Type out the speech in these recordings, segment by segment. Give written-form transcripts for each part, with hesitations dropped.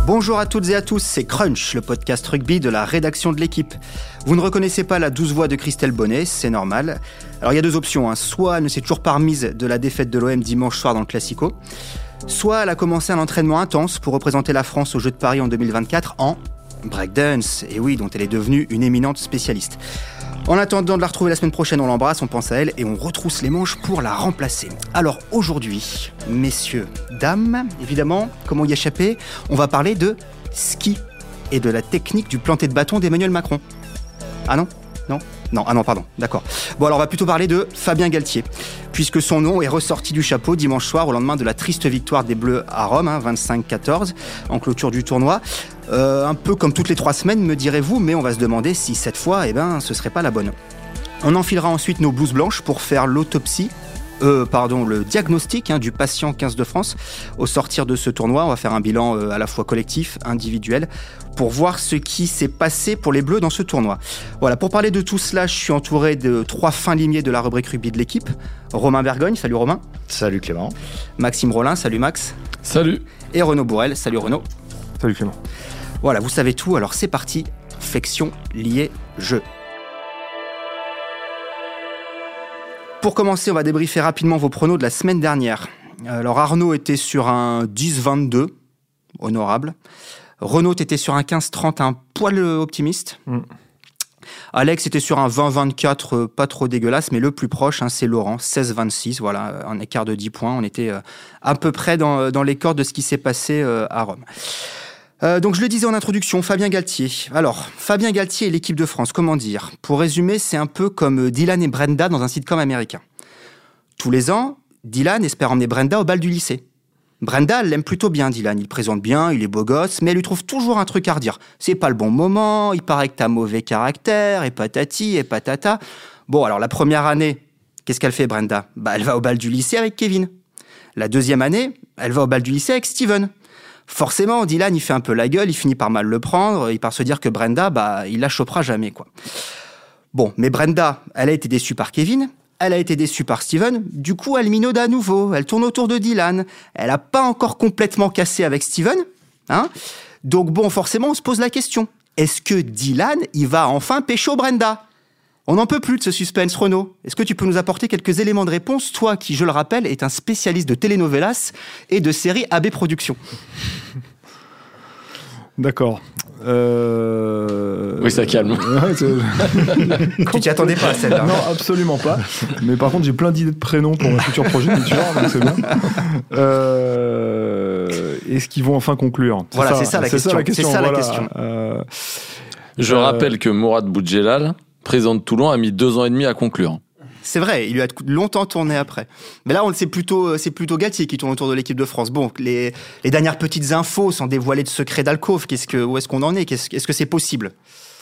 Bonjour à toutes et à tous, c'est Crunch, le podcast rugby de la rédaction de l'équipe. Vous ne reconnaissez pas la douce voix de Christelle Bonnet, c'est normal. Alors il y a deux options, soit elle ne s'est toujours pas remise de la défaite de l'OM dimanche soir dans le Classico, soit elle a commencé un entraînement intense pour représenter la France aux Jeux de Paris en 2024 en breakdance, et oui, dont elle est devenue une éminente spécialiste. En attendant de la retrouver la semaine prochaine, on l'embrasse, on pense à elle et on retrousse les manches pour la remplacer. Alors aujourd'hui, messieurs, dames, évidemment, comment y échapper ? On va parler de ski et de la technique du planté de bâton d'Emmanuel Macron. Ah non ? Pardon, d'accord. Bon, alors on va plutôt parler de Fabien Galthié, puisque son nom est ressorti du chapeau dimanche soir au lendemain de la triste victoire des Bleus à Rome, 25-14, en clôture du tournoi. Un peu comme toutes les 3 semaines, me direz-vous, mais on va se demander si cette fois, ce serait pas la bonne. On enfilera ensuite nos blouses blanches pour faire le diagnostic du patient 15 de France. Au sortir de ce tournoi, on va faire un bilan à la fois collectif, individuel, pour voir ce qui s'est passé pour les Bleus dans ce tournoi. Voilà, pour parler de tout cela, je suis entouré de 3 fins limiers de la rubrique rugby de l'équipe. Romain Bergogne, salut Romain. Salut Clément. Maxime Rollin, salut Max. Salut. Et Renaud Bourrel, salut Renaud. Salut Clément. Voilà, vous savez tout, alors c'est parti, flexion liée jeu. Pour commencer, on va débriefer rapidement vos pronos de la semaine dernière. Alors Arnaud était sur un 10-22, honorable. Renaud était sur un 15-30, un poil optimiste. Alex était sur un 20-24, pas trop dégueulasse, mais le plus proche, c'est Laurent, 16-26, voilà, un écart de 10 points. On était à peu près dans les cordes de ce qui s'est passé à Rome. Donc je le disais en introduction, Fabien Galthié. Alors, Fabien Galthié et l'équipe de France, comment dire ? Pour résumer, c'est un peu comme Dylan et Brenda dans un sitcom américain. Tous les ans, Dylan espère emmener Brenda au bal du lycée. Brenda, elle l'aime plutôt bien, Dylan. Il présente bien, il est beau gosse, mais elle lui trouve toujours un truc à redire. C'est pas le bon moment, il paraît que t'as mauvais caractère, et patati, et patata. Bon, alors la première année, qu'est-ce qu'elle fait, Brenda ? Elle va au bal du lycée avec Kevin. La deuxième année, elle va au bal du lycée avec Steven. Forcément, Dylan, il fait un peu la gueule, il finit par mal le prendre, il part se dire que Brenda, il la chopera jamais, quoi. Bon, mais Brenda, elle a été déçue par Kevin, elle a été déçue par Steven, du coup, elle minaude à nouveau, elle tourne autour de Dylan, elle a pas encore complètement cassé avec Steven, Donc bon, forcément, on se pose la question, est-ce que Dylan, il va enfin pécho Brenda ? On n'en peut plus de ce suspense, Renaud. Est-ce que tu peux nous apporter quelques éléments de réponse, toi qui, je le rappelle, est un spécialiste de telenovelas et de séries AB Productions ? D'accord. Oui, ça calme. Tu t'y attendais pas, celle-là ? Non, absolument pas. Mais par contre, j'ai plein d'idées de prénoms pour mes futurs projets, donc c'est bien. Est-ce qu'ils vont enfin conclure ? C'est ça la question. Je rappelle que Mourad Boudjelal, président de Toulon, a mis 2 ans et demi à conclure. C'est vrai, il lui a longtemps tourné après. Mais là, c'est plutôt Galthié qui tourne autour de l'équipe de France. Bon, les dernières petites infos sans dévoiler de secret d'alcôve, où est-ce qu'on en est ? Est-ce que c'est possible, concrètement ?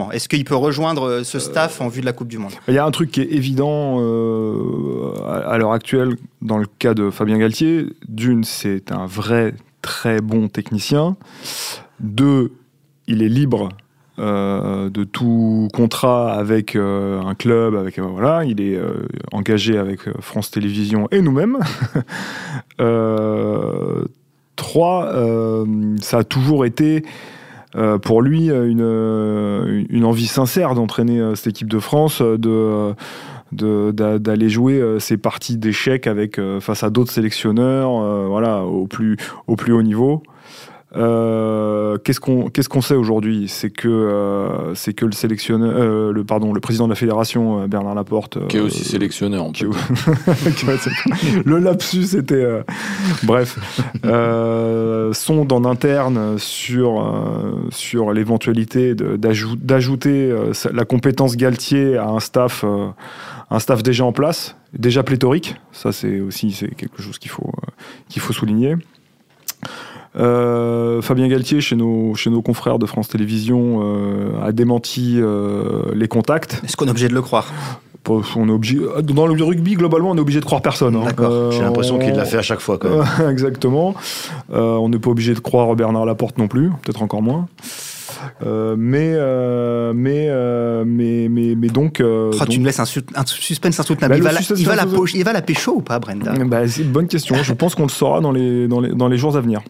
Est-ce qu'il peut rejoindre ce staff en vue de la Coupe du Monde ? Il y a un truc qui est évident à l'heure actuelle dans le cas de Fabien Galthié. D'une, c'est un vrai très bon technicien. 2, il est libre de tout contrat avec un club, il est engagé avec France Télévisions et nous-mêmes. 3, ça a toujours été pour lui une envie sincère d'entraîner cette équipe de France, d'aller jouer ces parties d'échecs face à d'autres sélectionneurs, au plus haut niveau. Qu'est-ce qu'on sait aujourd'hui ? C'est que le sélectionneur, le président de la fédération, Bernard Laporte, qui est aussi sélectionneur, le lapsus était bref, sonde en interne sur l'éventualité d'ajouter la compétence Galthié à un staff déjà en place, déjà pléthorique. Ça c'est quelque chose qu'il faut souligner. Fabien Galthié, chez nos confrères de France Télévisions, a démenti les contacts. Est-ce qu'on est obligé de le croire ? On est obligé, dans le rugby, globalement, on est obligé de croire personne. D'accord. J'ai l'impression qu'il l'a fait à chaque fois, quand même. Exactement. On n'est pas obligé de croire Bernard Laporte non plus, peut-être encore moins. Mais donc. Tu me laisses un suspense insoutenable. Il va la pécho ou pas, Brenda ? C'est une bonne question. Je pense qu'on le saura dans les jours à venir.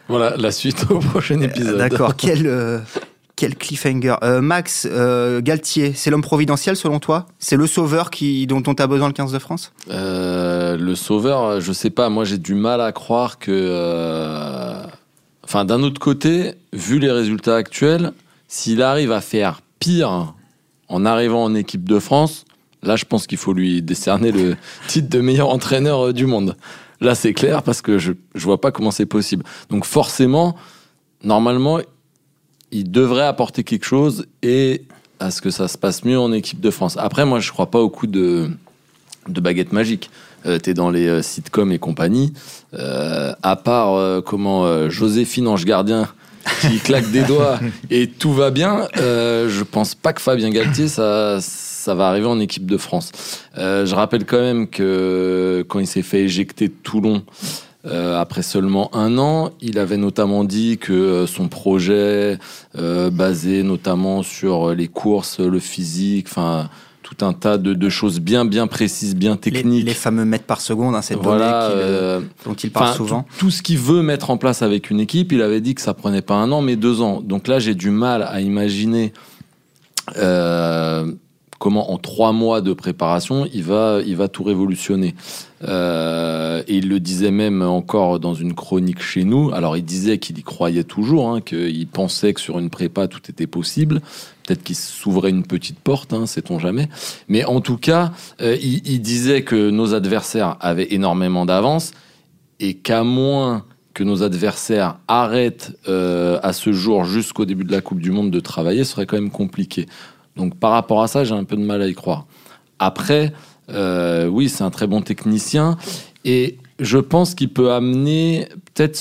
Voilà, la suite au prochain épisode. D'accord, quel cliffhanger. Max, Galtier, c'est l'homme providentiel selon toi ? C'est le sauveur dont tu as besoin le 15 de France ? Le sauveur, je sais pas, moi j'ai du mal à croire que... Enfin, d'un autre côté, vu les résultats actuels, s'il arrive à faire pire en arrivant en équipe de France, là je pense qu'il faut lui décerner le titre de meilleur entraîneur du monde. Là c'est clair parce que je vois pas comment c'est possible. Donc forcément, normalement, il devrait apporter quelque chose et à ce que ça se passe mieux en équipe de France. Après, moi, je crois pas au coup de baguette magique. T'es dans les sitcoms et compagnie. À part Joséphine Ange Gardien qui claque des doigts et tout va bien, je pense pas que Fabien Galtier, ça va arriver en équipe de France. Je rappelle quand même que quand il s'est fait éjecter de Toulon, après seulement 1 an, il avait notamment dit que son projet, basé notamment sur les courses, le physique, enfin tout un tas de choses bien précises, bien techniques. Les fameux mètres par seconde, cette donnée dont il parle souvent. Tout ce qu'il veut mettre en place avec une équipe, il avait dit que ça prenait pas 1 an, mais 2 ans. Donc là, j'ai du mal à imaginer comment en 3 mois de préparation, il va tout révolutionner. Et il le disait même encore dans une chronique chez nous. Alors il disait qu'il y croyait toujours, qu'il pensait que sur une prépa tout était possible. Peut-être qu'il s'ouvrait une petite porte, sait-on jamais. Mais en tout cas, il disait que nos adversaires avaient énormément d'avance et qu'à moins que nos adversaires arrêtent à ce jour jusqu'au début de la Coupe du Monde de travailler, ce serait quand même compliqué. Donc par rapport à ça, j'ai un peu de mal à y croire. Après, oui, c'est un très bon technicien et je pense qu'il peut amener peut-être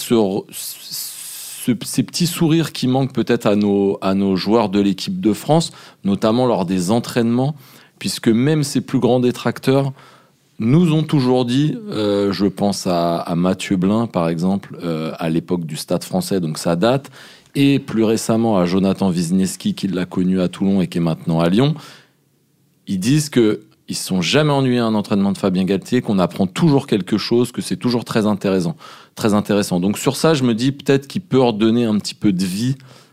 ces petits sourires qui manquent peut-être à nos joueurs de l'équipe de France, notamment lors des entraînements, puisque même ses plus grands détracteurs nous ont toujours dit, je pense à Mathieu Blin par exemple, à l'époque du Stade Français, donc ça date, et plus récemment à Jonathan Wisniewski qui l'a connu à Toulon et qui est maintenant à Lyon, ils disent qu'ils ne se sont jamais ennuyés à un entraînement de Fabien Galtier, qu'on apprend toujours quelque chose, que c'est toujours très intéressant. Donc sur ça, je me dis peut-être qu'il peut redonner un petit peu de vie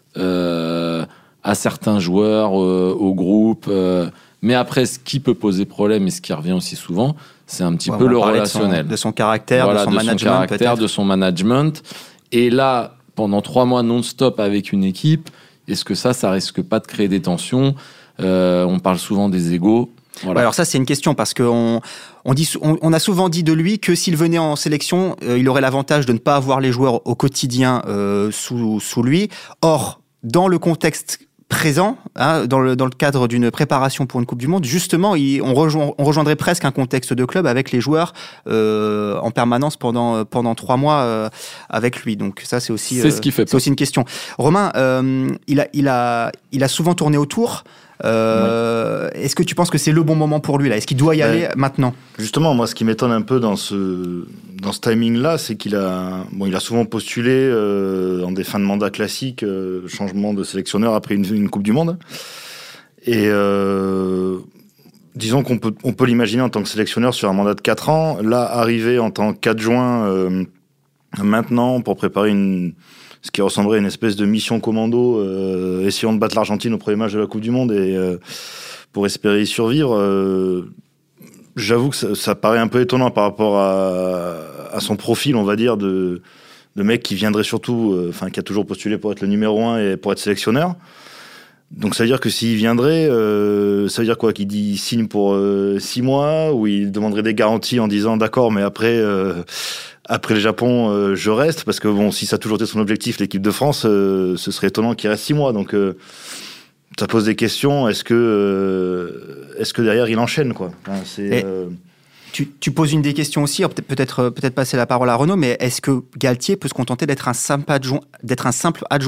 à certains joueurs, au groupe. Mais après, ce qui peut poser problème et ce qui revient aussi souvent, c'est un petit peu le relationnel. De son caractère, de son management peut-être. De son management. Et là, pendant 3 mois non-stop avec une équipe, est-ce que ça risque pas de créer des tensions ? On parle souvent des égos. Voilà. Alors ça, c'est une question parce qu'on a souvent dit de lui que s'il venait en sélection, il aurait l'avantage de ne pas avoir les joueurs au quotidien sous lui. Or, dans le contexte présent, dans le cadre d'une préparation pour une Coupe du Monde, justement, on rejoindrait presque un contexte de club avec les joueurs en permanence pendant 3 mois avec lui. Donc ça, c'est aussi ce qui fait c'est aussi une question. Romain, il a souvent tourné autour. Est-ce que tu penses que c'est le bon moment pour lui là ? Est-ce qu'il doit y aller maintenant ? Justement, moi, ce qui m'étonne un peu dans ce timing-là, c'est qu'il a souvent postulé en des fins de mandat classiques, changement de sélectionneur après une Coupe du Monde. Et disons qu'on peut l'imaginer en tant que sélectionneur sur un mandat de 4 ans. Là, arriver en tant qu'adjoint maintenant pour préparer ce qui ressemblerait à une espèce de mission commando, essayant de battre l'Argentine au premier match de la Coupe du Monde et pour espérer y survivre. J'avoue que ça paraît un peu étonnant par rapport à son profil, on va dire, de mec qui viendrait surtout, qui a toujours postulé pour être le numéro 1 et pour être sélectionneur. Donc ça veut dire que s'il viendrait, ça veut dire quoi ? Qu'il signe pour 6 mois, ou il demanderait des garanties en disant d'accord, mais après le Japon, je reste, parce que bon, si ça a toujours été son objectif, l'équipe de France, ce serait étonnant qu'il reste 6 mois. Donc ça pose des questions. Est-ce que derrière il enchaîne, quoi ? Tu poses une des questions aussi, peut-être passer la parole à Renaud, mais est-ce que Galtier peut se contenter d'être un simple adjoint ?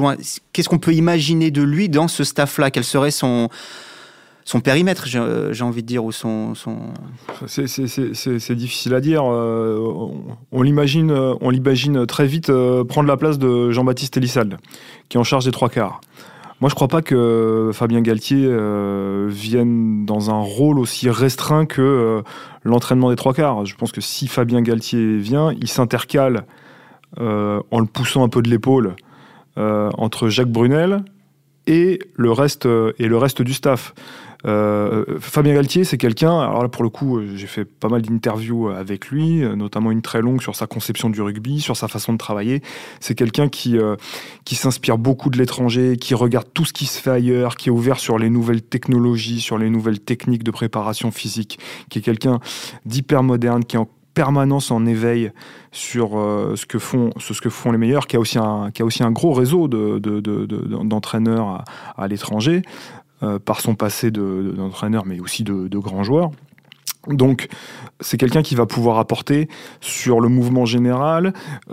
Qu'est-ce qu'on peut imaginer de lui dans ce staff-là ? Quel serait son périmètre, j'ai envie de dire, ou son... C'est difficile à dire. On l'imagine très vite prendre la place de Jean-Baptiste Elissalde, qui est en charge des 3 quarts. Moi, je crois pas que Fabien Galtier vienne dans un rôle aussi restreint que l'entraînement des 3 quarts. Je pense que si Fabien Galtier vient, il s'intercale en le poussant un peu de l'épaule entre Jacques Brunel et le reste du staff. Fabien Galtier, c'est quelqu'un, alors là pour le coup j'ai fait pas mal d'interviews avec lui, notamment une très longue sur sa conception du rugby, sur sa façon de travailler. C'est quelqu'un qui s'inspire beaucoup de l'étranger, qui regarde tout ce qui se fait ailleurs, qui est ouvert sur les nouvelles technologies, sur les nouvelles techniques de préparation physique, qui est quelqu'un d'hyper moderne, qui est en permanence en éveil sur ce que font les meilleurs, qui a aussi un gros réseau d'entraîneurs à l'étranger, par son passé d'entraîneur, mais aussi de grands joueurs. Donc, c'est quelqu'un qui va pouvoir apporter sur le mouvement général,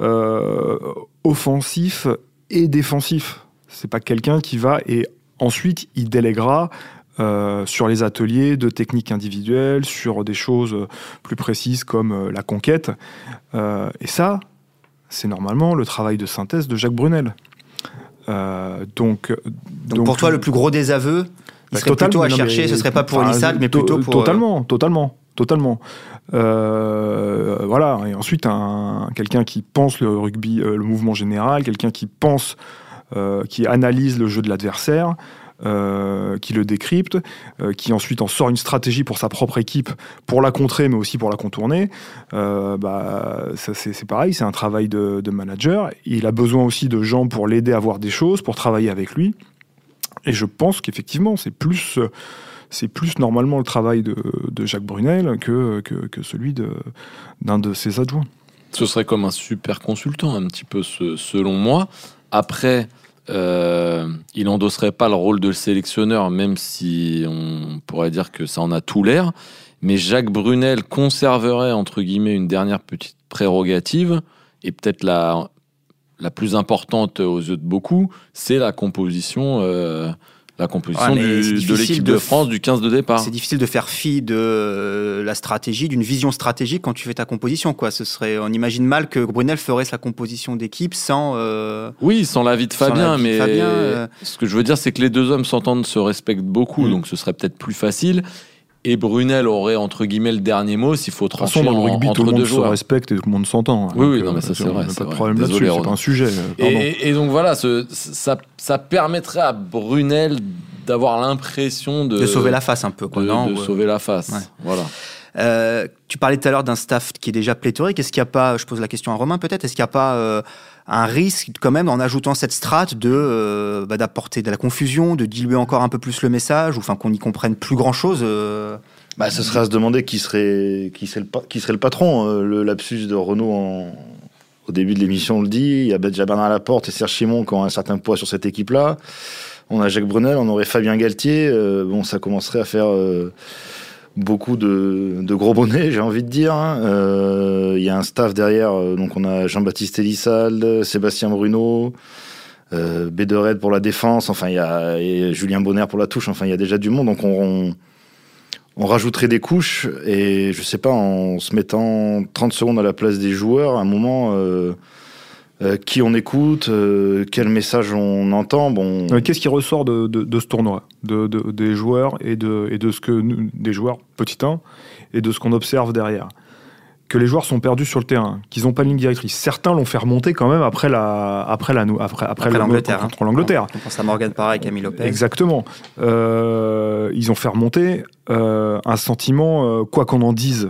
offensif et défensif. C'est pas quelqu'un qui va... Et ensuite, il déléguera sur les ateliers de techniques individuelles, sur des choses plus précises comme la conquête. Et ça, c'est normalement le travail de synthèse de Jacques Brunel. Donc pour toi, le plus gros désaveu, il serait plutôt à chercher, ce serait pas pour Elissalde, mais plutôt pour... Totalement. Voilà. Et ensuite, quelqu'un qui pense le rugby, le mouvement général, quelqu'un qui pense, qui analyse le jeu de l'adversaire, qui le décrypte, qui ensuite en sort une stratégie pour sa propre équipe, pour la contrer, mais aussi pour la contourner. Ça, c'est pareil, c'est un travail de manager. Il a besoin aussi de gens pour l'aider à voir des choses, pour travailler avec lui. Et je pense qu'effectivement, c'est plus normalement le travail de Jacques Brunel que celui d'un de ses adjoints. Ce serait comme un super consultant, un petit peu, selon moi. Après, il endosserait pas le rôle de sélectionneur, même si on pourrait dire que ça en a tout l'air. Mais Jacques Brunel conserverait, entre guillemets, une dernière petite prérogative, et peut-être la plus importante aux yeux de beaucoup, c'est la composition de l'équipe de France du 15 de départ. C'est difficile de faire fi de la stratégie, d'une vision stratégique quand tu fais ta composition, quoi. On imagine mal que Brunel ferait sa composition d'équipe sans... Oui, sans l'avis de Fabien, ce que je veux dire, c'est que les deux hommes s'entendent, se respectent beaucoup, donc ce serait peut-être plus facile. Et Brunel aurait, entre guillemets, le dernier mot s'il faut trancher dans le rugby, entre deux joueurs. Tout le monde se respecte et tout le monde s'entend. Oui, non, mais ça, c'est vrai. Pas de problème là-dessus, c'est pas un sujet. Et donc, voilà, ça permettrait à Brunel d'avoir l'impression de sauver la face un peu, quoi. De sauver la face, ouais. Voilà. Tu parlais tout à l'heure d'un staff qui est déjà pléthorique. Est-ce qu'il n'y a pas, je pose la question à Romain peut-être, est-ce qu'il n'y a pas un risque quand même en ajoutant cette strate d'apporter de la confusion, de diluer encore un peu plus le message, ou enfin qu'on n'y comprenne plus grand-chose ce serait à se demander qui serait le patron. Le lapsus de Renaud au début de l'émission le dit. Il y a déjà Bernard Laporte et Serge Chimon qui ont un certain poids sur cette équipe-là. On a Jacques Brunel, on aurait Fabien Galtier. Ça commencerait à faire beaucoup de gros bonnets, j'ai envie de dire. Il y a un staff derrière. Donc on a Jean-Baptiste Elissalde, Sébastien Bruno, Béderet pour la défense. Enfin, il y a Julien Bonner pour la touche. Enfin, il y a déjà du monde. Donc on rajouterait des couches et je sais pas, en se mettant 30 secondes à la place des joueurs, à un moment, qui on écoute, quel message on entend. Qu'est-ce qui ressort de ce tournoi, des joueurs et de ce que des joueurs petit 1 et de ce qu'on observe derrière? Que les joueurs sont perdus sur le terrain, qu'ils n'ont pas de ligne directrice. Certains l'ont fait remonter quand même après l'Angleterre, contre l'Angleterre. On pense à Morgan Parra et Camille Lopez. Exactement. Ils ont fait remonter un sentiment, quoi qu'on en dise,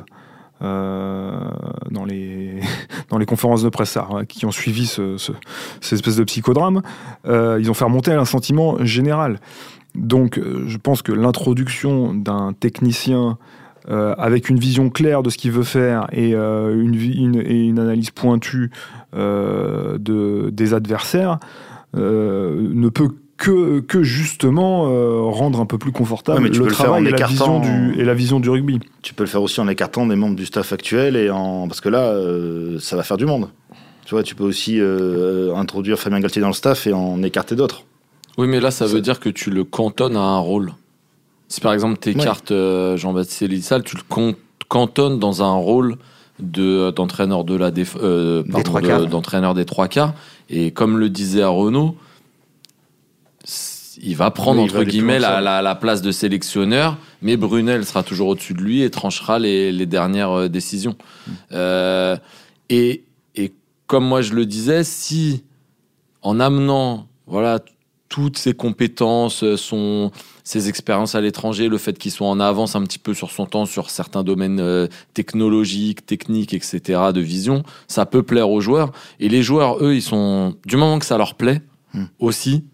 dans les conférences de presse qui ont suivi cette espèce de psychodrame, ils ont fait remonter un sentiment général. Donc, je pense que l'introduction d'un technicien avec une vision claire de ce qu'il veut faire et une analyse pointue des adversaires ne peut que justement rendre un peu plus confortable le travail et la vision du rugby. Tu peux le faire aussi en écartant des membres du staff actuel parce que là, ça va faire du monde. Tu vois, tu peux aussi introduire Fabien Galtier dans le staff et en écarter d'autres. Oui, mais là, ça veut dire que tu le cantonnes à un rôle. Si par exemple tu écartes Jean-Baptiste Elissalde, tu le cantonnes dans un rôle d'entraîneur d'entraîneur des trois quarts. Et comme le disait Renaud, il va prendre entre guillemets la place de sélectionneur, mais Brunel sera toujours au-dessus de lui et tranchera les dernières décisions. Et comme moi je le disais, si en amenant toutes ses compétences, ses expériences à l'étranger, le fait qu'il soit en avance un petit peu sur son temps sur certains domaines technologiques, techniques, etc., de vision, ça peut plaire aux joueurs. Et les joueurs, eux, ils sont, du moment que ça leur plaît aussi,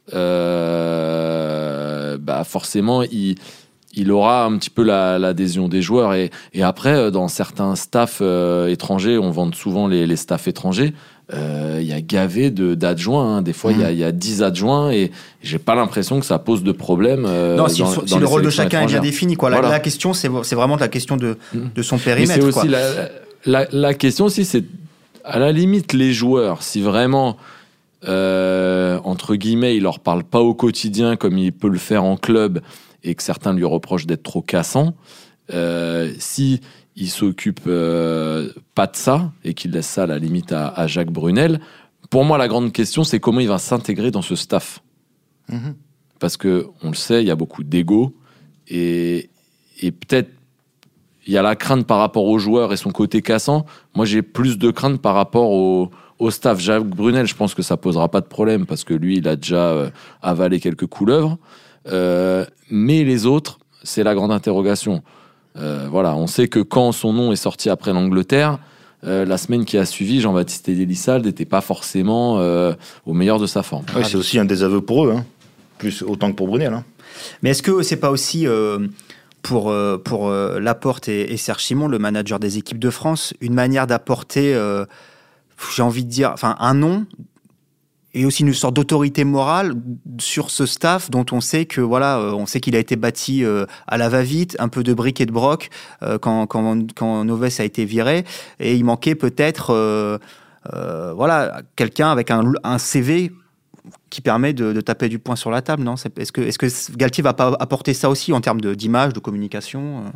forcément, il aura un petit peu l'adhésion des joueurs. Et après, dans certains staffs étrangers, on vend souvent les staffs étrangers, il y a gavé d'adjoints. Des fois, il y a 10 adjoints et j'ai pas l'impression que ça pose de problème. Non, si le rôle de chacun est bien défini. Voilà. La question, c'est vraiment la question de son périmètre. Mais c'est aussi la question aussi, c'est à la limite, les joueurs, si vraiment, entre guillemets, il leur parle pas au quotidien comme il peut le faire en club et que certains lui reprochent d'être trop cassant, si il s'occupe pas de ça et qu'il laisse ça à la limite à Jacques Brunel, pour moi la grande question c'est comment il va s'intégrer dans ce staff. Parce que on le sait, il y a beaucoup d'ego et peut-être il y a la crainte par rapport aux joueurs et son côté cassant. Moi j'ai plus de crainte par rapport au staff. Jacques Brunel, je pense que ça posera pas de problème parce que lui il a déjà avalé quelques couleuvres, mais les autres c'est la grande interrogation. On sait que quand son nom est sorti après l'Angleterre, la semaine qui a suivi, Jean-Baptiste Elissalde n'était pas forcément au meilleur de sa forme. Oui, c'est aussi un désaveu pour eux, plus autant que pour Brunel. Mais est-ce que c'est pas aussi pour Laporte et Serge Simon, le manager des équipes de France, une manière d'apporter, j'ai envie de dire, un nom et aussi une sorte d'autorité morale sur ce staff dont on sait que on sait qu'il a été bâti à la va-vite, un peu de bric et de broc quand Novès a été viré, et il manquait peut-être quelqu'un avec un CV qui permet de taper du poing sur la table, non ? Est-ce que Galtier va pas apporter ça aussi en termes d'image, de communication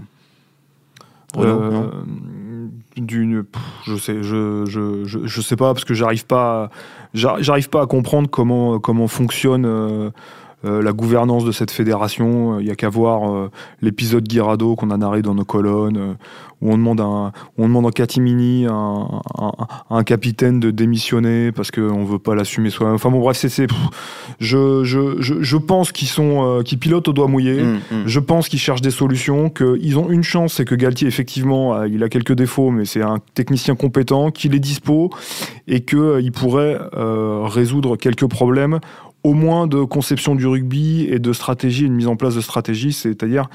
je sais pas parce que j'arrive pas à comprendre comment fonctionne la gouvernance de cette fédération. Il y a qu'à voir l'épisode Guirado qu'on a narré dans nos colonnes, où on demande en catimini à un capitaine de démissionner parce qu'on veut pas l'assumer soi-même. Enfin bon, bref, je pense qu'ils pilotent au doigt mouillé. Je pense qu'ils cherchent des solutions, qu'ils ont une chance, c'est que Galtier, effectivement, il a quelques défauts, mais c'est un technicien compétent, qu'il est dispo et qu'il pourrait résoudre quelques problèmes, au moins de conception du rugby et de stratégie, une mise en place de stratégie, c'est-à-dire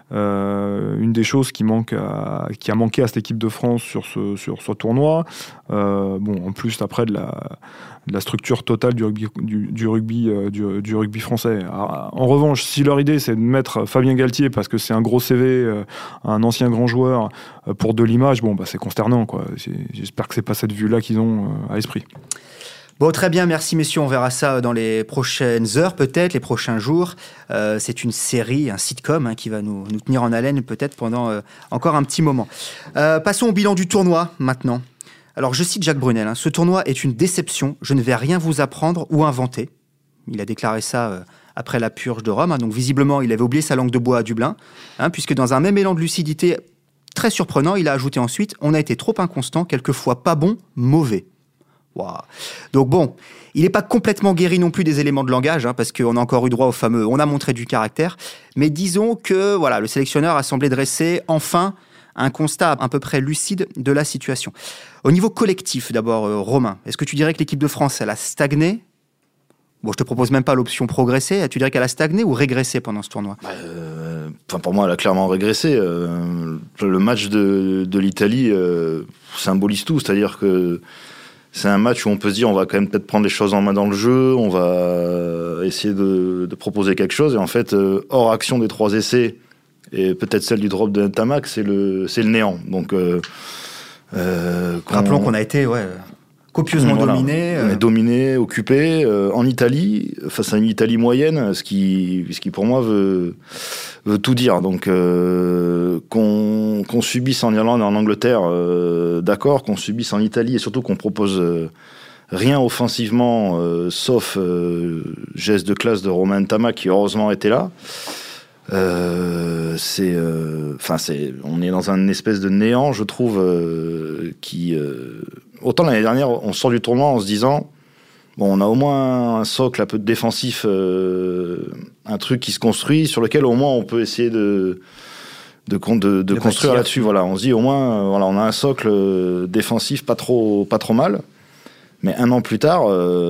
une des choses qui a manqué à cette équipe de France sur ce tournoi. En plus après de la structure totale du rugby français. En revanche, si leur idée c'est de mettre Fabien Galtier parce que c'est un gros CV, un ancien grand joueur, pour de l'image, c'est consternant, quoi. J'espère que c'est pas cette vue-là qu'ils ont à l'esprit. Bon, très bien, merci messieurs, on verra ça dans les prochaines heures, peut-être, les prochains jours. C'est une série, un sitcom qui va nous tenir en haleine peut-être pendant encore un petit moment. Passons au bilan du tournoi maintenant. Alors je cite Jacques Brunel, ce tournoi est une déception, je ne vais rien vous apprendre ou inventer. Il a déclaré ça après la purge de Rome, donc visiblement il avait oublié sa langue de bois à Dublin, puisque dans un même élan de lucidité très surprenant, il a ajouté ensuite « On a été trop inconstant, quelquefois pas bon, mauvais ». Wow. Donc bon, il n'est pas complètement guéri non plus des éléments de langage, parce qu'on a encore eu droit au fameux « on a montré du caractère », mais disons que le sélectionneur a semblé dresser enfin un constat à peu près lucide de la situation. Au niveau collectif, d'abord, Romain, est-ce que tu dirais que l'équipe de France, elle a stagné ? Bon, je te propose même pas l'option progresser. Tu dirais qu'elle a stagné ou régressé pendant ce tournoi ? Pour moi, elle a clairement régressé. Le match de l'Italie symbolise tout, c'est-à-dire que c'est un match où on peut se dire on va quand même peut-être prendre les choses en main dans le jeu, on va essayer de proposer quelque chose, et en fait, hors action des 3 essais, et peut-être celle du drop de Ntamak, c'est le néant. Donc, rappelons qu'on a été copieusement dominé. On est dominé, occupé, en Italie, face à une Italie moyenne, ce qui pour moi veut tout dire. Donc, qu'on subisse en Irlande et en Angleterre, d'accord, qu'on subisse en Italie, et surtout qu'on propose rien offensivement, sauf geste de classe de Romain Ntamak, qui heureusement était là. on est dans un espèce de néant, je trouve, autant l'année dernière, on sort du tournoi en se disant, bon, on a au moins un socle un peu défensif, un truc qui se construit, sur lequel au moins on peut essayer de construire là-dessus. Voilà, on se dit au moins, on a un socle défensif pas trop mal. Mais un an plus tard,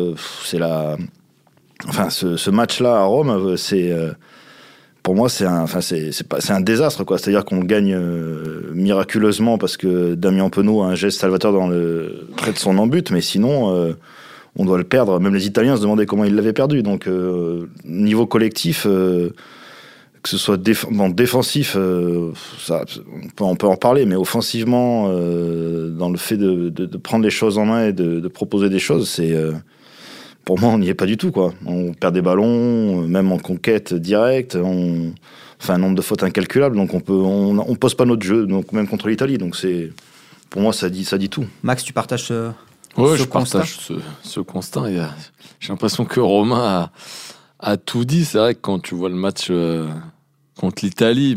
ce match-là à Rome, pour moi, c'est un désastre, quoi. C'est-à-dire qu'on gagne miraculeusement parce que Damien Penaud a un geste salvateur près de son embut, mais sinon, on doit le perdre. Même les Italiens se demandaient comment ils l'avaient perdu. Donc, niveau collectif, que ce soit défensif, on peut en parler, mais offensivement, dans le fait de prendre les choses en main et de proposer des choses, pour moi, on n'y est pas du tout, quoi. On perd des ballons, même en conquête directe, on fait un nombre de fautes incalculable, donc on pose pas notre jeu, donc même contre l'Italie. Donc pour moi, ça dit tout. Max, tu partages ce je constat. Partage ce constat. J'ai l'impression que Romain a tout dit. C'est vrai que quand tu vois le match contre l'Italie,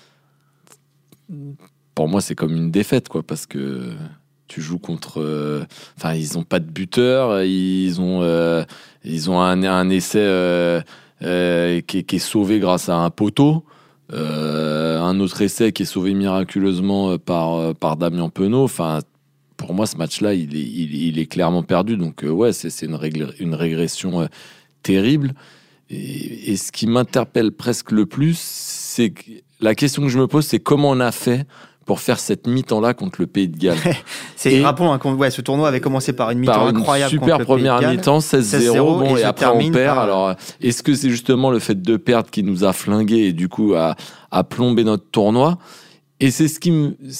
pour moi, c'est comme une défaite, quoi, parce que tu joues contre... ils n'ont pas de buteur, ils ont un essai qui est sauvé grâce à un poteau, un autre essai qui est sauvé miraculeusement par Damien Penaud. Pour moi, ce match-là, il est clairement perdu. Donc, c'est une régression terrible. Et ce qui m'interpelle presque le plus, c'est que la question que je me pose, c'est comment on a fait pour faire cette mi-temps-là contre le Pays de Galles. Rappelons, ce tournoi avait commencé par une mi-temps incroyable super contre le Pays de Galles. Première mi-temps, 16-0, et après on perd. Alors, est-ce que c'est justement le fait de perdre qui nous a flingués et du coup a plombé notre tournoi? Et c'est ce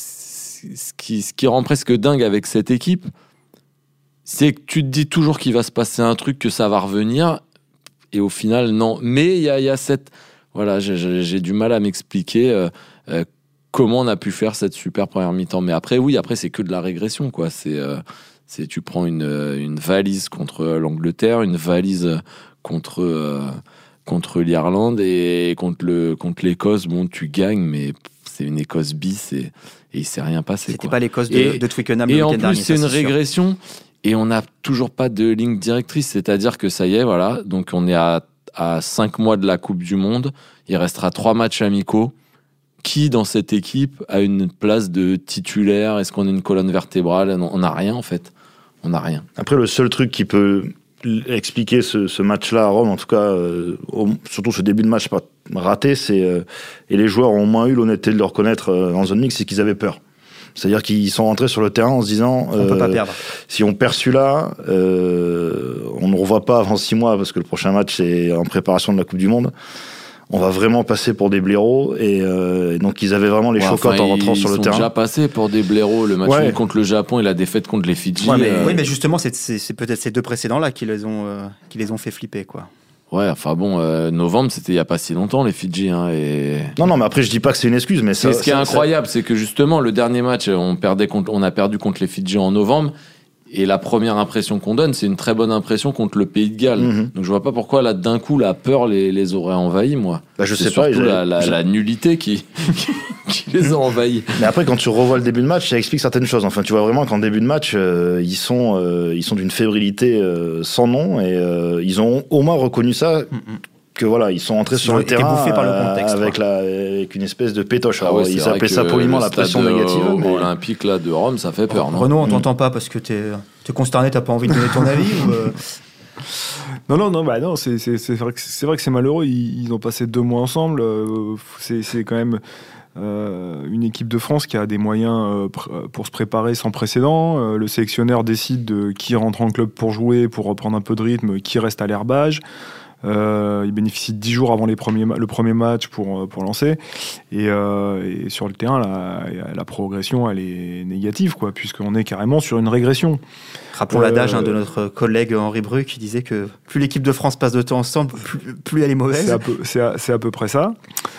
qui rend presque dingue avec cette équipe, c'est que tu te dis toujours qu'il va se passer un truc, que ça va revenir, et au final, non. Mais il y a cette... Voilà, j'ai du mal à m'expliquer comment on a pu faire cette super première mi-temps. Mais après, c'est que de la régression, quoi. Tu prends une valise contre l'Angleterre, une valise contre l'Irlande, et contre l'Écosse, bon, tu gagnes, mais c'est une Écosse bis, et il s'est rien passé. C'était pas l'Écosse de Twickenham le week-end dernier. Et en plus, c'est une régression, et on n'a toujours pas de ligne directrice. C'est-à-dire que ça y est, voilà, donc on est à 5 mois de la Coupe du Monde, il restera 3 matchs amicaux. Qui, dans cette équipe, a une place de titulaire? Est-ce qu'on a une colonne vertébrale? On n'a rien, en fait. On n'a rien. Après, le seul truc qui peut expliquer ce match-là à Rome, en tout cas, surtout ce début de match raté, et les joueurs ont au moins eu l'honnêteté de le reconnaître en zone mixte, c'est qu'ils avaient peur. C'est-à-dire qu'ils sont rentrés sur le terrain en se disant on peut pas perdre. Si on perd celui-là, on ne revoit pas avant 6 mois, parce que le prochain match, c'est en préparation de la Coupe du Monde. On va vraiment passer pour des blaireaux, et donc ils avaient vraiment les chocottes en rentrant sur le terrain. Ils sont déjà passés pour des blaireaux, le match contre le Japon et la défaite contre les Fidji. Oui, mais justement, c'est peut-être ces 2 précédents-là qui les ont fait flipper, quoi. Ouais, novembre, c'était il n'y a pas si longtemps, les Fidji. Non, mais après, je dis pas que c'est une excuse, mais ce qui est incroyable, c'est que justement, le dernier match, on a perdu contre les Fidji en novembre. Et la première impression qu'on donne, c'est une très bonne impression contre le Pays de Galles. Mm-hmm. Donc je vois pas pourquoi là d'un coup la peur les aurait envahis, moi. Je sais pas. Surtout la nullité qui les a envahis. Mais après, quand tu revois le début de match, ça explique certaines choses. Enfin, tu vois vraiment qu'en début de match, ils sont d'une fébrilité sans nom, et ils ont au moins reconnu ça. Que voilà, ils sont entrés sur le terrain par le contexte, avec une espèce de pétoche. Ils appelaient ça poliment la pression négative. Olympique là de Rome, ça fait peur. Renaud, on t'entend pas parce que t'es consterné, t'as pas envie de donner ton avis Non, c'est vrai que c'est malheureux. Ils ont passé 2 mois ensemble. C'est quand même une équipe de France qui a des moyens pour se préparer sans précédent. Le sélectionneur décide de qui rentre en club pour jouer, pour reprendre un peu de rythme, qui reste à l'herbage. Il bénéficie de 10 jours avant le premier match pour lancer, et sur le terrain la progression elle est négative, quoi, puisqu'on est carrément sur une régression. Rappelons l'adage de notre collègue Henri Bru qui disait que plus l'équipe de France passe de temps ensemble, plus elle est mauvaise. C'est à peu près ça.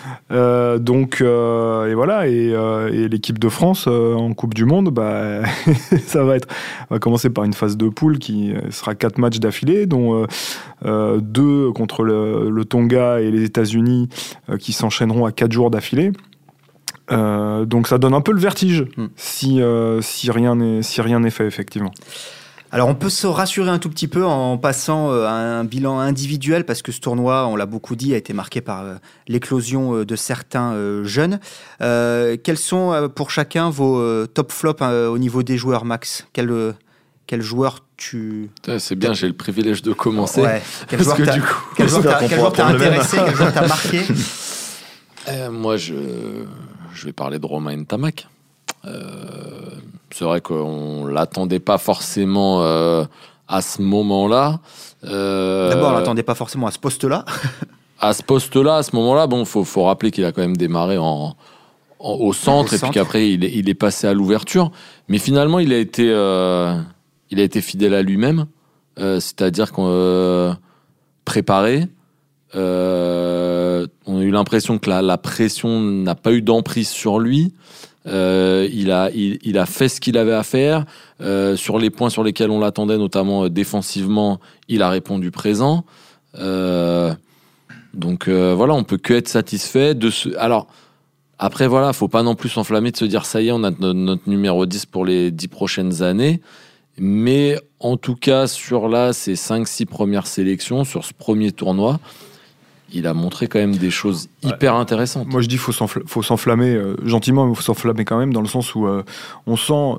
Et voilà, et l'équipe de France en Coupe du Monde, on va commencer par une phase de poule qui sera 4 matchs d'affilée, dont 2 contre le Tonga et les États-Unis qui s'enchaîneront à 4 jours d'affilée. Donc ça donne un peu le vertige si rien n'est fait, effectivement. Alors on peut se rassurer un tout petit peu en passant à un bilan individuel, parce que ce tournoi, on l'a beaucoup dit, a été marqué par l'éclosion de certains jeunes. Quels sont pour chacun vos top flops au niveau des joueurs, Max ? Quel joueur tu... C'est bien, j'ai le privilège de commencer. Ouais. Quel joueur t'a intéressé, quel joueur t'a marqué ? Moi, je vais parler de Romain Ntamak. C'est vrai qu'on l'attendait pas forcément à ce moment-là. D'abord, on l'attendait pas forcément à ce poste-là. À ce poste-là, à ce moment-là, bon, faut rappeler qu'il a quand même démarré au centre, et puis qu'après il est passé à l'ouverture. Mais finalement, il a été fidèle à lui-même, c'est-à-dire qu'on préparé. On a eu l'impression que la pression n'a pas eu d'emprise sur lui. Il a fait ce qu'il avait à faire. Sur les points sur lesquels on l'attendait, notamment défensivement, il a répondu présent. Donc voilà, on peut que être satisfait de ce. Alors après voilà, faut pas non plus s'enflammer de se dire ça y est, on a notre numéro 10 pour les 10 prochaines années. Mais en tout cas, sur ces 5-6 premières sélections, sur ce premier tournoi, il a montré quand même des choses hyper intéressantes. Moi, je dis faut s'enflammer gentiment, mais il faut s'enflammer quand même, dans le sens où on sent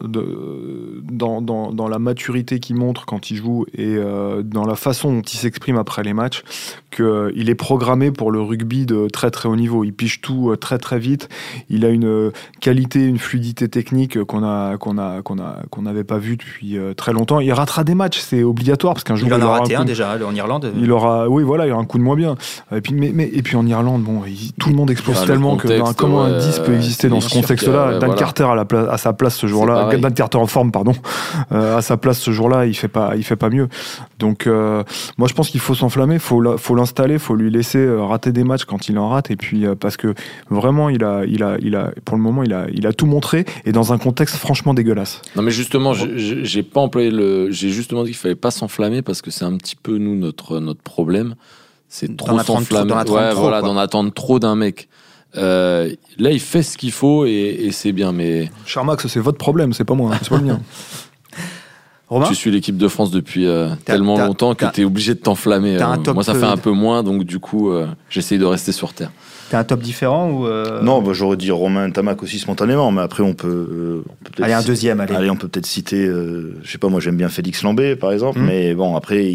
dans la maturité qu'il montre quand il joue et dans la façon dont il s'exprime après les matchs, qu'il est programmé pour le rugby de très très haut niveau. Il pige tout très très vite. Il a une qualité, une fluidité technique qu'on n'avait pas vu depuis très longtemps. Il ratera des matchs, c'est obligatoire, parce qu'un jour il en a raté un déjà en Irlande. Il aura un coup de moins bien. Et puis en Irlande, tout le monde explose tellement que comment un 10 peut exister dans ce contexte-là. Dan Carter à sa place ce jour-là, Dan Carter en forme, pardon, à sa place ce jour-là, il fait pas mieux. Donc moi je pense qu'il faut s'enflammer, faut l'installer, faut lui laisser rater des matchs quand il en rate, et puis parce que vraiment il a pour le moment il a tout montré, et dans un contexte franchement dégueulasse. Non mais justement, j'ai pas employé j'ai justement dit qu'il fallait pas s'enflammer, parce que c'est un petit peu nous notre problème. C'est trop s'enflammer. D'en attendre trop d'un mec. Là, il fait ce qu'il faut et c'est bien. Mais cher Max, c'est votre problème, c'est pas moi, c'est pas le mien. Romain, tu suis l'équipe de France depuis tellement longtemps que t'es obligé de t'enflammer. Moi, ça fait un peu moins, donc du coup, j'essaye de rester sur terre. T'as un top différent ou Non, j'aurais dit Romain Ntamak aussi spontanément, mais après on peut peut-être allez, un deuxième. Allez, on peut peut-être citer, je sais pas, moi j'aime bien Félix Lambé par exemple, mais bon après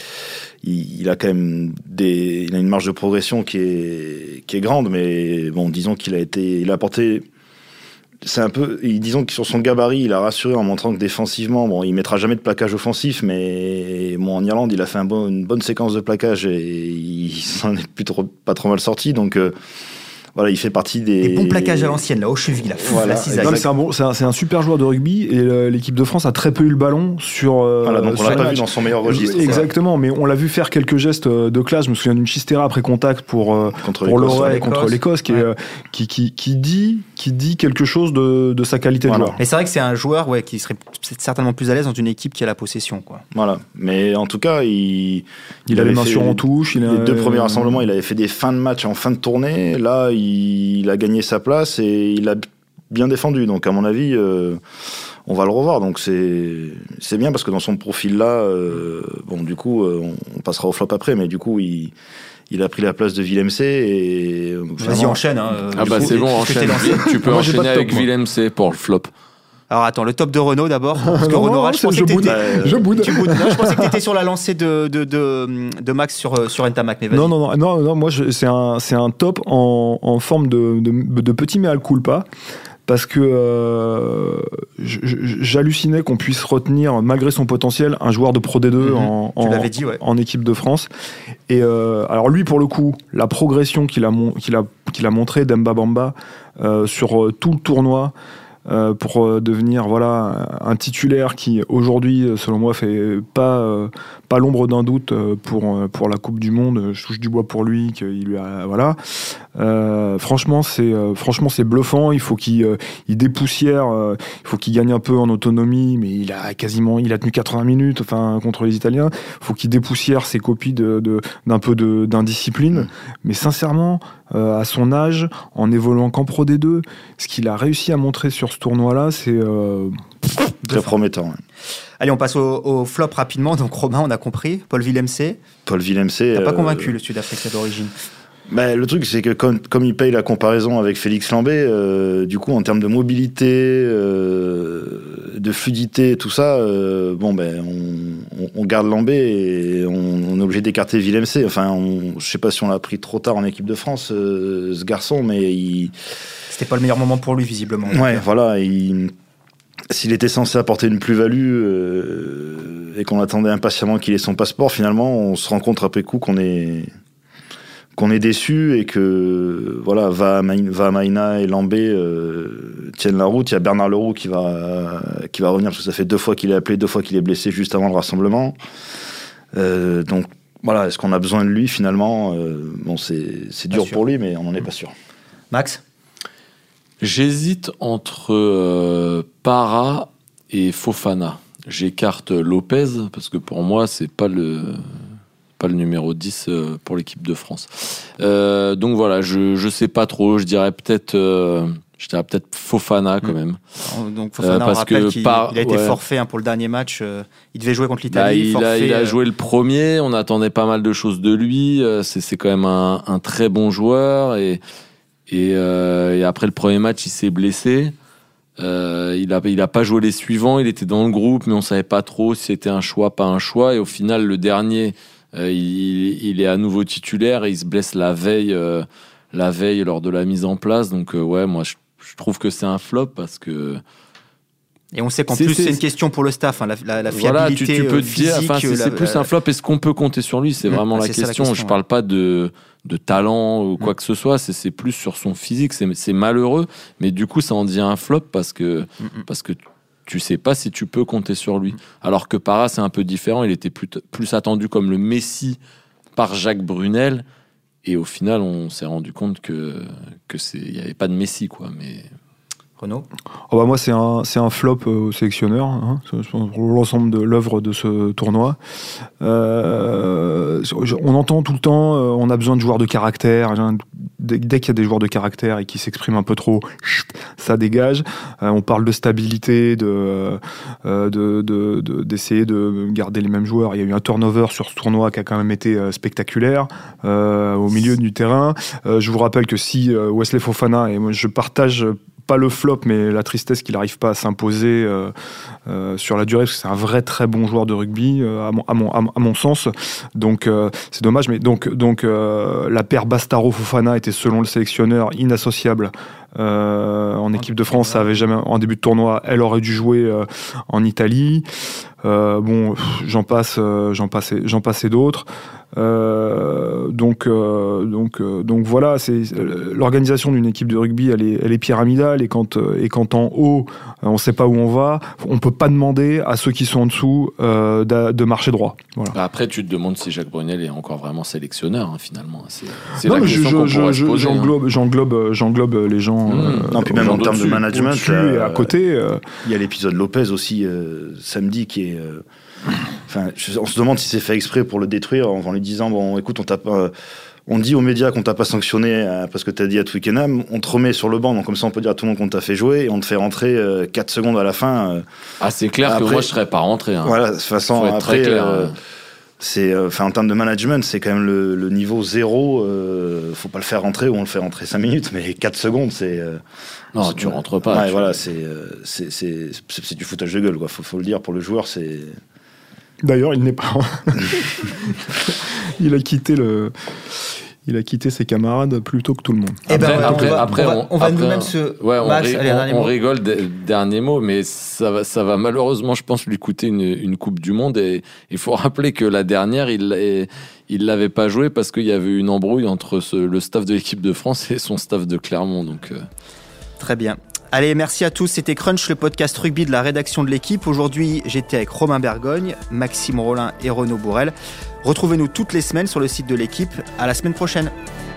il a quand même il a une marge de progression qui est grande, mais bon, disons qu'il a apporté. C'est un peu, disons que sur son gabarit, il a rassuré en montrant que défensivement, bon, il mettra jamais de plaquage offensif, mais bon, en Irlande, il a fait une bonne séquence de plaquage et il s'en est pas trop mal sorti. Donc voilà, il fait partie des bons plaquages à l'ancienne, là, aux chevilles, là, voilà. la cisaille. C'est un super joueur de rugby, et l'équipe de France a très peu eu le ballon sur. Voilà, donc on l'a pas vu dans son meilleur registre. Exactement, mais on l'a vu faire quelques gestes de classe. Je me souviens d'une chistera après contact pour l'Oreille contre l'Écosse, qui dit quelque chose de sa qualité de joueur. Mais c'est vrai que c'est un joueur qui serait certainement plus à l'aise dans une équipe qui a la possession, quoi. Voilà, mais en tout cas, il a les mains sur en touche. Les 2 premiers rassemblements, il avait fait des fins de match en fin de tournée. Là, il a gagné sa place et il a bien défendu. Donc, à mon avis, on va le revoir. Donc, c'est bien, parce que dans son profil-là, bon, du coup, on passera au flop après, mais du coup, il a pris la place de Villemc et... Vas-y, enchaîne. C'est bon, enchaîne. Tu peux enchaîner avec Villemc pour le flop. Alors attends, le top de Renaud d'abord, parce que Renaud, je boude. Tu boudes. Non, je pensais que tu étais sur la lancée de Max sur Ntamak, mais vas-y. Non, moi c'est un top en forme de petit mea culpa, parce que j'hallucinais qu'on puisse retenir, malgré son potentiel, un joueur de Pro D2 en équipe de France. Et alors lui, pour le coup, la progression qu'il a montré, Demba Bamba, sur tout le tournoi, pour devenir un titulaire qui aujourd'hui, selon moi, fait pas l'ombre d'un doute pour la Coupe du Monde. Je touche du bois pour lui, qu'il lui a Franchement, c'est bluffant. Il faut qu'il dépoussière, il faut qu'il gagne un peu en autonomie, mais il a tenu 80 minutes, contre les Italiens. Il faut qu'il dépoussière ses copies d'un peu d'indiscipline. Mais sincèrement, à son âge, en évoluant qu'en Pro D2, ce qu'il a réussi à montrer sur ce tournoi-là, c'est très prometteur. Ouais. Allez, on passe au flop rapidement. Donc Romain, on a compris. Paul Villemc. T'as pas convaincu le Sud-Africain d'origine. Le truc, c'est que comme il paye la comparaison avec Félix Lambé, du coup, en termes de mobilité, de fluidité, tout ça, on garde Lambé et on est obligé d'écarter Villemc. Je sais pas si on l'a pris trop tard en équipe de France, ce garçon, mais c'était pas le meilleur moment pour lui, visiblement. Ouais, voilà. S'il était censé apporter une plus-value et qu'on attendait impatiemment qu'il ait son passeport, finalement, on se rend compte après coup qu'on est déçu et que Maina et Lambé tiennent la route. Il y a Bernard Leroux qui va revenir parce que ça fait 2 fois qu'il est appelé, 2 fois qu'il est blessé juste avant le rassemblement. Donc voilà, est-ce qu'on a besoin de lui finalement? C'est dur pour lui, mais on n'en est pas sûr. Max? J'hésite entre Para et Fofana. J'écarte Lopez parce que pour moi c'est pas le numéro 10 pour l'équipe de France. Donc voilà, je sais pas trop. Je dirais peut-être Fofana quand même. Donc Fofana, on rappelle qu'il a été forfait pour le dernier match. Il devait jouer contre l'Italie. Il a joué le premier. On attendait pas mal de choses de lui. C'est quand même un très bon joueur et après le premier match, il s'est blessé. Il a pas joué les suivants. Il était dans le groupe, mais on savait pas trop si c'était un choix, pas un choix. Et au final, le dernier, il est à nouveau titulaire et il se blesse la veille lors de la mise en place. Donc moi je trouve que c'est un flop parce que. Et on sait qu'en plus c'est une question pour le staff, la fiabilité. Voilà, tu peux te physique, dire, c'est plus un flop. Est-ce qu'on peut compter sur lui? C'est vraiment la question. Je parle pas de talent ou quoi que ce soit. C'est plus sur son physique. C'est malheureux, mais du coup ça en devient un flop parce que tu sais pas si tu peux compter sur lui. Alors que Para, c'est un peu différent. Il était plus attendu comme le Messi par Jacques Brunel. Et au final, on s'est rendu compte que il y avait pas de Messi, quoi. Mais Renaud? Moi, c'est un flop au sélectionneur, pour l'ensemble de l'œuvre de ce tournoi. On entend tout le temps, on a besoin de joueurs de caractère. Dès qu'il y a des joueurs de caractère et qui s'expriment un peu trop, ça dégage. On parle de stabilité, d'essayer de garder les mêmes joueurs. Il y a eu un turnover sur ce tournoi qui a quand même été spectaculaire au milieu du terrain. Je vous rappelle que si Wesley Fofana, et moi je partage pas le flop, mais la tristesse qu'il n'arrive pas à s'imposer sur la durée, parce que c'est un vrai très bon joueur de rugby, à mon sens. Donc c'est dommage, mais donc la paire Bastaro-Fofana était, selon le sélectionneur, inassociable. En équipe de France, ça avait jamais, en début de tournoi, elle aurait dû jouer en Italie. J'en passe et d'autres. Donc voilà, c'est l'organisation d'une équipe de rugby, elle est pyramidale, et quand en haut on sait pas où on va, on peut pas demander à ceux qui sont en dessous de marcher droit. Voilà. Après, tu te demandes si Jacques Brunel est encore vraiment sélectionneur, finalement. C'est non, la mais question qu'on pourrait se poser. J'englobe les gens. Non, puis même en termes de management, et à côté, il y a l'épisode Lopez aussi samedi qui est. On se demande si c'est fait exprès pour le détruire en lui disant écoute, on dit aux médias qu'on t'a pas sanctionné parce que t'as dit à Twickenham, on te remet sur le banc, donc comme ça on peut dire à tout le monde qu'on t'a fait jouer et on te fait rentrer 4 secondes à la fin. C'est clair que moi je serais pas rentré. Voilà, de toute façon après. En termes de management, c'est quand même le niveau 0. Faut pas le faire rentrer ou on le fait rentrer 5 minutes, mais 4 secondes, c'est. Non, tu rentres pas. Ouais, voilà, c'est du foutage de gueule, quoi. Faut le dire, pour le joueur, c'est. D'ailleurs, il n'est pas. Il a quitté ses camarades plus tôt que tout le monde. On va nous-mêmes se. Ouais, on rigole dernier mot, mais ça va malheureusement, je pense, lui coûter une Coupe du Monde. Et il faut rappeler que la dernière, il l'avait pas joué parce qu'il y avait eu une embrouille entre le staff de l'équipe de France et son staff de Clermont. Donc. Très bien. Allez, merci à tous. C'était Crunch, le podcast rugby de la rédaction de l'équipe. Aujourd'hui, j'étais avec Romain Bergogne, Maxime Rollin et Renaud Bourrel. Retrouvez-nous toutes les semaines sur le site de l'équipe. À la semaine prochaine.